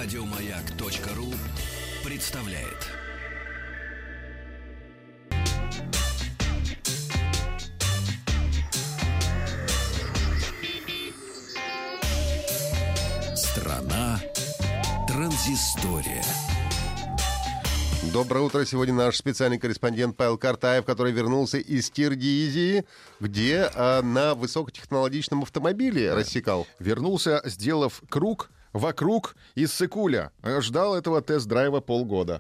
Радиомаяк.ру представляет. Страна транзистория. Доброе утро. Сегодня наш специальный корреспондент Павел Картаев, который вернулся из Киргизии, где на высокотехнологичном автомобиле рассекал. Вернулся, сделав круг вокруг Иссык-Куля. Ждал этого тест-драйва полгода.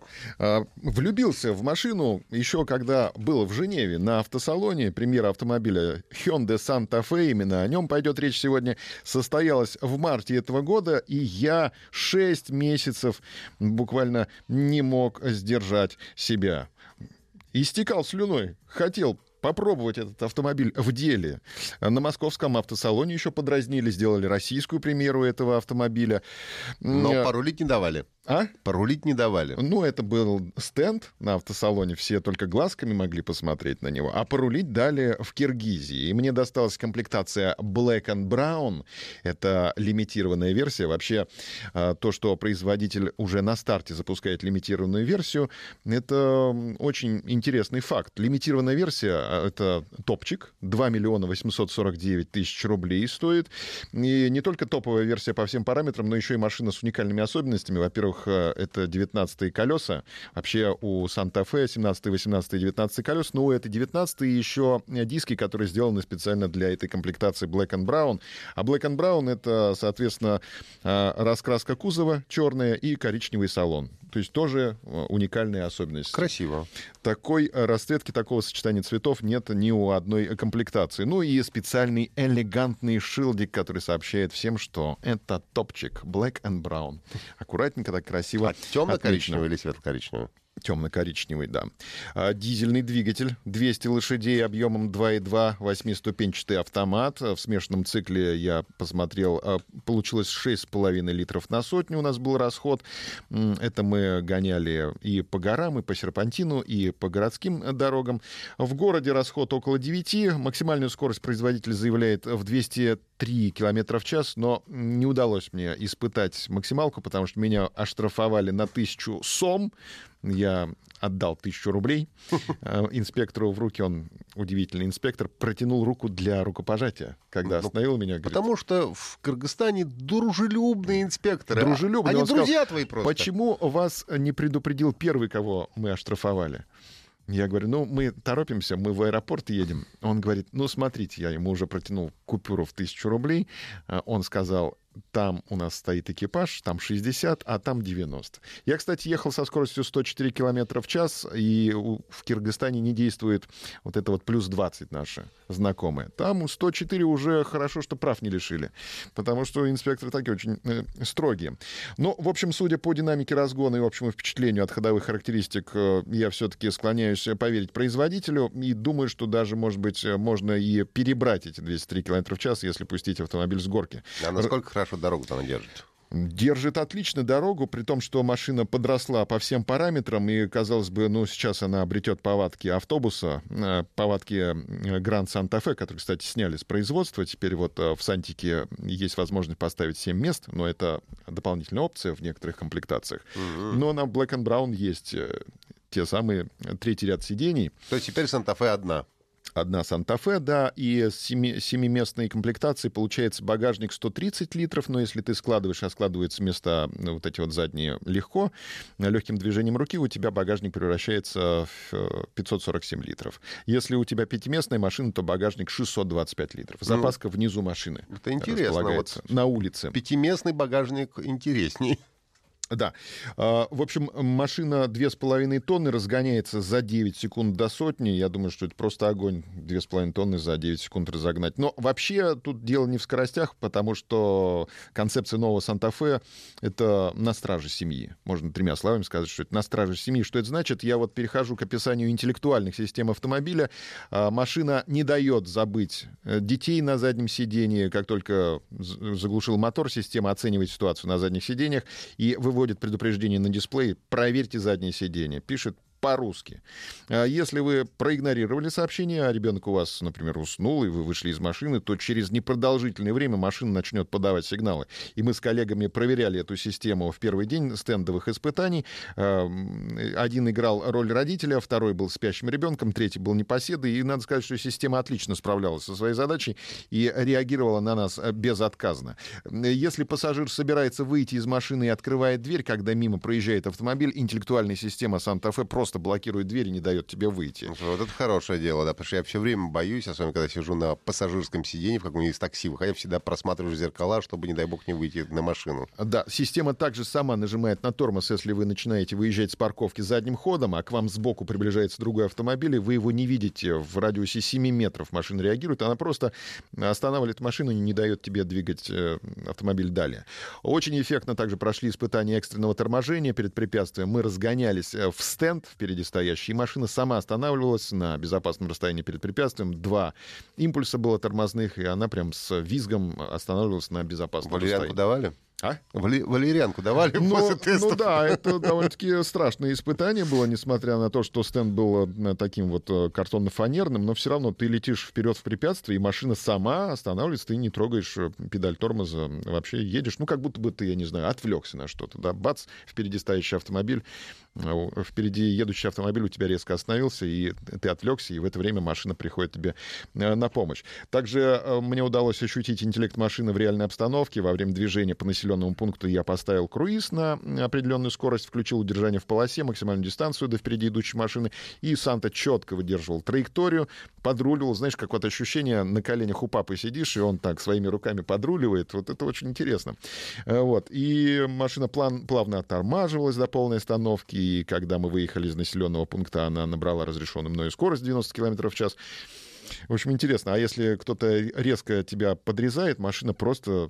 Влюбился в машину еще когда был в Женеве на автосалоне. Премьера автомобиля Hyundai Santa Fe, именно о нем пойдет речь сегодня, состоялась в марте этого года, и я 6 месяцев буквально не мог сдержать себя. Истекал слюной, хотел попробовать этот автомобиль в деле. На московском автосалоне еще подразнили, сделали российскую премьеру этого автомобиля. Но порулить не давали. Порулить не давали. Ну, это был стенд на автосалоне, все только глазками могли посмотреть на него, а порулить дали в Киргизии. И мне досталась комплектация Black and Brown. Это лимитированная версия. Вообще, то, что производитель уже на старте запускает лимитированную версию, это очень интересный факт. Лимитированная версия — это топчик, 2 миллиона 849 тысяч рублей стоит. И не только топовая версия по всем параметрам, но еще и машина с уникальными особенностями. Во-первых, это 19-е колеса. Вообще у Санта-Фе 17, 18 и 19 колес, но у этой 19 еще диски, которые сделаны специально для этой комплектации Black and Brown. А Black and Brown — это, соответственно, раскраска кузова черная и коричневый салон. То есть тоже уникальные особенности. Красиво. Такой расцветки, такого сочетания цветов нет ни у одной комплектации. Ну и специальный элегантный шилдик, который сообщает всем, что это топчик Black and Brown. Аккуратненько, так красиво. А темно-коричневый или светло-коричневый? Темно-коричневый, да. Дизельный двигатель, 200 лошадей, объемом 2,2, 8-ступенчатый автомат. В смешанном цикле, я посмотрел, получилось 6,5 литров на сотню у нас был расход. Это мы гоняли и по горам, и по серпантину, и по городским дорогам. В городе расход около 9. Максимальную скорость производитель заявляет в 203 км в час, но не удалось мне испытать максималку, потому что меня оштрафовали на 1000 сом. Я отдал 1000 рублей инспектору в руки. Он, удивительный инспектор, протянул руку для рукопожатия, когда остановил меня. Говорит, потому что в Кыргызстане дружелюбные инспекторы. Дружелюбные. Они друзья твои просто. Почему вас не предупредил первый, кого мы оштрафовали? Я говорю, мы торопимся, мы в аэропорт едем. Он говорит, смотрите, я ему уже протянул купюру в 1000 рублей. Он сказал, там у нас стоит экипаж, там 60, а там 90. Я, кстати, ехал со скоростью 104 км в час, и в Кыргызстане не действует вот это вот плюс 20 наши знакомые. Там 104 уже хорошо, что прав не лишили, потому что инспекторы такие очень строгие. Но, в общем, судя по динамике разгона и общему впечатлению от ходовых характеристик, я все-таки склоняюсь поверить производителю и думаю, что даже, может быть, можно и перебрать эти 203 км в час, если пустить автомобиль с горки. А насколько хорошо дорогу-то она держит? Держит отлично дорогу, при том, что машина подросла по всем параметрам, и, казалось бы, сейчас она обретет повадки автобуса, повадки Grand Santa Fe, который, кстати, сняли с производства. Теперь вот в Сантике есть возможность поставить 7 мест, но это дополнительная опция в некоторых комплектациях. Но на Black and Brown есть те самые третий ряд сидений. То есть теперь Santa Fe одна? Одна Santa Fe, да, и с 7-местной комплектацией получается багажник 130 литров, но если ты складываешь, а складываются места вот эти вот задние легко, легким движением руки у тебя багажник превращается в 547 литров. Если у тебя 5-местная машина, то багажник 625 литров. Запаска внизу машины. Это интересно. Вот на улице. 5-местный багажник интересней. Да. В общем, машина 2,5 тонны разгоняется за 9 секунд до сотни. Я думаю, что это просто огонь. 2,5 тонны за 9 секунд разогнать. Но вообще тут дело не в скоростях, потому что концепция нового Санта-Фе — это на страже семьи. Можно 3 словами сказать, что это на страже семьи. Что это значит? Я вот перехожу к описанию интеллектуальных систем автомобиля. Машина не дает забыть детей на заднем сидении. Как только заглушил мотор, система оценивает ситуацию на задних сиденьях и выводит предупреждение на дисплей: проверьте заднее сиденье. Пишет по-русски. Если вы проигнорировали сообщение, а ребенок у вас, например, уснул, и вы вышли из машины, то через непродолжительное время машина начнет подавать сигналы. И мы с коллегами проверяли эту систему в первый день стендовых испытаний. Один играл роль родителя, второй был спящим ребенком, третий был непоседой. И надо сказать, что система отлично справлялась со своей задачей и реагировала на нас безотказно. Если пассажир собирается выйти из машины и открывает дверь, когда мимо проезжает автомобиль, интеллектуальная система Санта-Фе просто блокирует дверь и не дает тебе выйти. Вот это хорошее дело, да, потому что я все время боюсь, особенно когда сижу на пассажирском сиденье в каком-нибудь из такси, выходя, всегда просматриваю зеркала, чтобы, не дай бог, не выйти на машину. Да, система также сама нажимает на тормоз, если вы начинаете выезжать с парковки задним ходом, а к вам сбоку приближается другой автомобиль, и вы его не видите в радиусе 7 метров. Машина реагирует, она просто останавливает машину и не дает тебе двигать автомобиль далее. Очень эффектно также прошли испытания экстренного торможения перед препятствием. Мы разгонялись в стенд впереди стоящий, и машина сама останавливалась на безопасном расстоянии перед препятствием. 2 импульса было тормозных, и она прям с визгом останавливалась на безопасном расстоянии. Валерьянку давали? А? Валерьянку давали после теста? Ну да, это довольно-таки страшное испытание было, несмотря на то, что стенд был таким вот картонно-фанерным, но все равно ты летишь вперед в препятствие, и машина сама останавливается, ты не трогаешь педаль тормоза, вообще едешь, ну как будто бы ты, я не знаю, отвлекся на что-то, да, бац, впереди стоящий автомобиль, впереди едущий автомобиль у тебя резко остановился, и ты отвлекся, и в это время машина приходит тебе на помощь. Также мне удалось ощутить интеллект машины в реальной обстановке. Во время движения по населенному пункту я поставил круиз на определенную скорость, включил удержание в полосе, максимальную дистанцию до впереди идущей машины, и Санта четко выдерживал траекторию, подруливал. Знаешь, как вот ощущение, на коленях у папы сидишь, и он так своими руками подруливает. Вот это очень интересно. Вот. И машина плавно оттормаживалась до полной остановки, и когда мы выехали из населенного пункта, она набрала разрешенную мною скорость 90 км в час. В общем, интересно. А если кто-то резко тебя подрезает, машина просто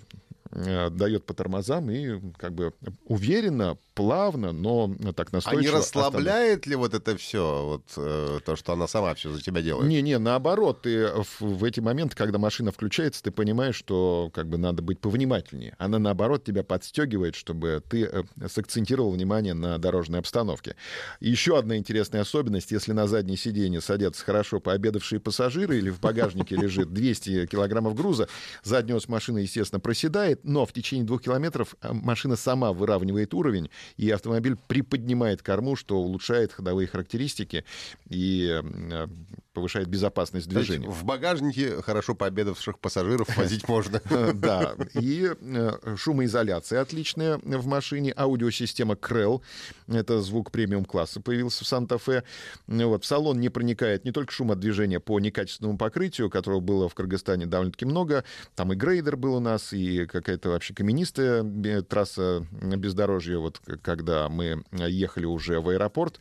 дает по тормозам и как бы уверенно, плавно, но так настойчиво. А не расслабляет ли вот это все, вот, то, что она сама все за тебя делает? Не, наоборот, ты в эти моменты, когда машина включается, ты понимаешь, что как бы надо быть повнимательнее. Она, наоборот, тебя подстегивает, чтобы ты сакцентировал внимание на дорожной обстановке. Еще одна интересная особенность: если на заднее сиденье садятся хорошо пообедавшие пассажиры или в багажнике лежит 200 килограммов груза, задний ось машины, естественно, проседает, но в течение 2 километров машина сама выравнивает уровень, и автомобиль приподнимает корму, что улучшает ходовые характеристики и повышает безопасность движения. В багажнике хорошо пообедавших пассажиров возить можно. Да, и шумоизоляция отличная в машине, аудиосистема Krell, это звук премиум-класса, появился в Санта-Фе. Вот, в салон не проникает не только шум от движения по некачественному покрытию, которого было в Кыргызстане довольно-таки много, там и грейдер был у нас, и какая-то вообще каменистая трасса бездорожья, вот когда мы ехали уже в аэропорт.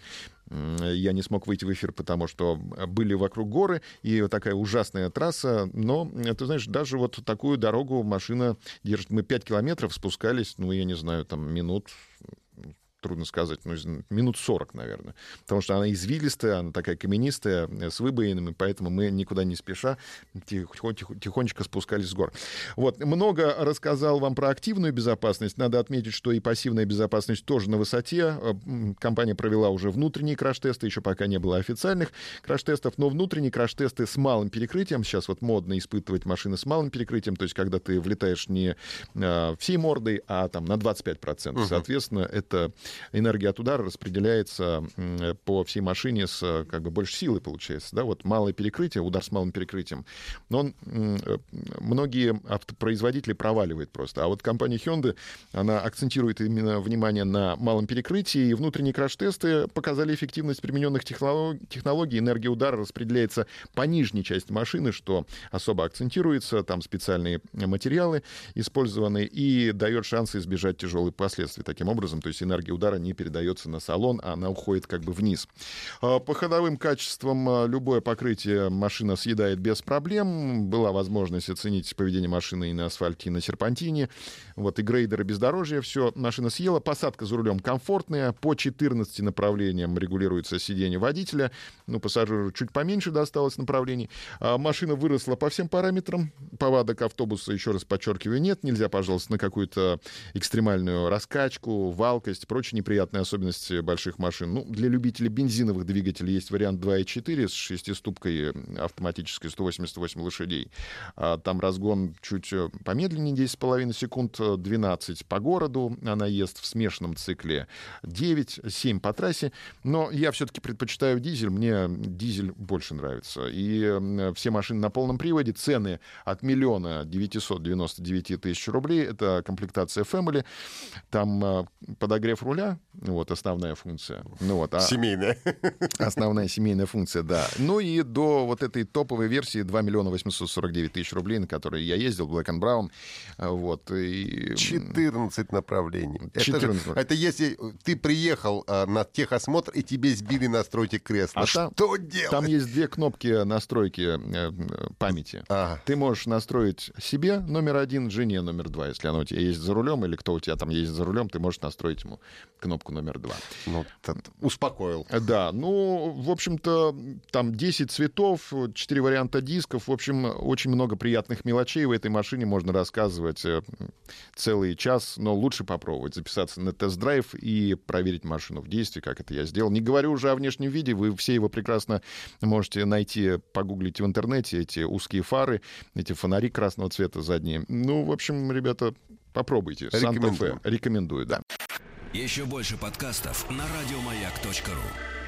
Я не смог выйти в эфир, потому что были вокруг горы, и вот такая ужасная трасса. Но, ты знаешь, даже вот такую дорогу машина держит. Мы 5 километров спускались, ну, я не знаю, там минут... Трудно сказать, ну, минут 40, наверное. Потому что она извилистая, она такая каменистая, с выбоинами, поэтому мы никуда не спеша тихонечко спускались с гор. Вот. Много рассказал вам про активную безопасность. Надо отметить, что и пассивная безопасность тоже на высоте. Компания провела уже внутренние краш-тесты, еще пока не было официальных краш-тестов, но внутренние краш-тесты с малым перекрытием. Сейчас вот модно испытывать машины с малым перекрытием, то есть когда ты влетаешь не всей мордой, а там на 25%. Соответственно, это энергия от удара распределяется по всей машине с как бы больше силы, получается. Да? Вот малое перекрытие, удар с малым перекрытием. Но многие автопроизводители проваливают просто. А вот компания Hyundai, она акцентирует именно внимание на малом перекрытии, и внутренние краш-тесты показали эффективность примененных технологий. Энергия удара распределяется по нижней части машины, что особо акцентируется. Там специальные материалы использованы, и дает шансы избежать тяжелых последствий таким образом. То есть энергия удара не передается на салон, а она уходит как бы вниз. По ходовым качествам любое покрытие машина съедает без проблем. Была возможность оценить поведение машины и на асфальте, и на серпантине. Вот и грейдеры, бездорожье, все машина съела. Посадка за рулем комфортная. По 14 направлениям регулируется сиденье водителя. Ну, пассажиру чуть поменьше досталось направлений. Машина выросла по всем параметрам. Повадок автобуса, еще раз подчеркиваю, нет. Нельзя, пожалуйста, на какую-то экстремальную раскачку, валкость, прочие очень неприятная особенность больших машин. Ну, для любителей бензиновых двигателей есть вариант 2.4 с 6-ступкой автоматической 188 лошадей. Там разгон чуть помедленнее, 10,5 секунд, 12 по городу. Она ест в смешанном цикле 9-7 по трассе. Но я все-таки предпочитаю дизель. Мне дизель больше нравится. И все машины на полном приводе. Цены от 1 999 000 рублей. Это комплектация Family. Там подогрев руля, вот, основная функция. Ну, вот, Семейная. Основная семейная функция, да. Ну и до вот этой топовой версии 2 849 000 рублей, на которой я ездил, Black and Brown. Вот, и... 14 направлений. 14. Это если ты приехал на техосмотр, и тебе сбили настройки кресла. Что делать? Там есть 2 кнопки настройки памяти. Ты можешь настроить себе номер 1, жене номер 2, если она у тебя есть за рулем, или кто у тебя там есть за рулем, ты можешь настроить ему кнопку номер 2. Ну, успокоил. Да, ну, в общем-то, там 10 цветов, 4 варианта дисков, в общем, очень много приятных мелочей в этой машине, можно рассказывать целый час, но лучше попробовать, записаться на тест-драйв и проверить машину в действии, как это я сделал. Не говорю уже о внешнем виде, вы все его прекрасно можете найти, погуглить в интернете, эти узкие фары, эти фонари красного цвета задние. Ну, в общем, ребята, попробуйте. Санта-Фе. Рекомендую, да. Еще больше подкастов на радиомаяк.ру.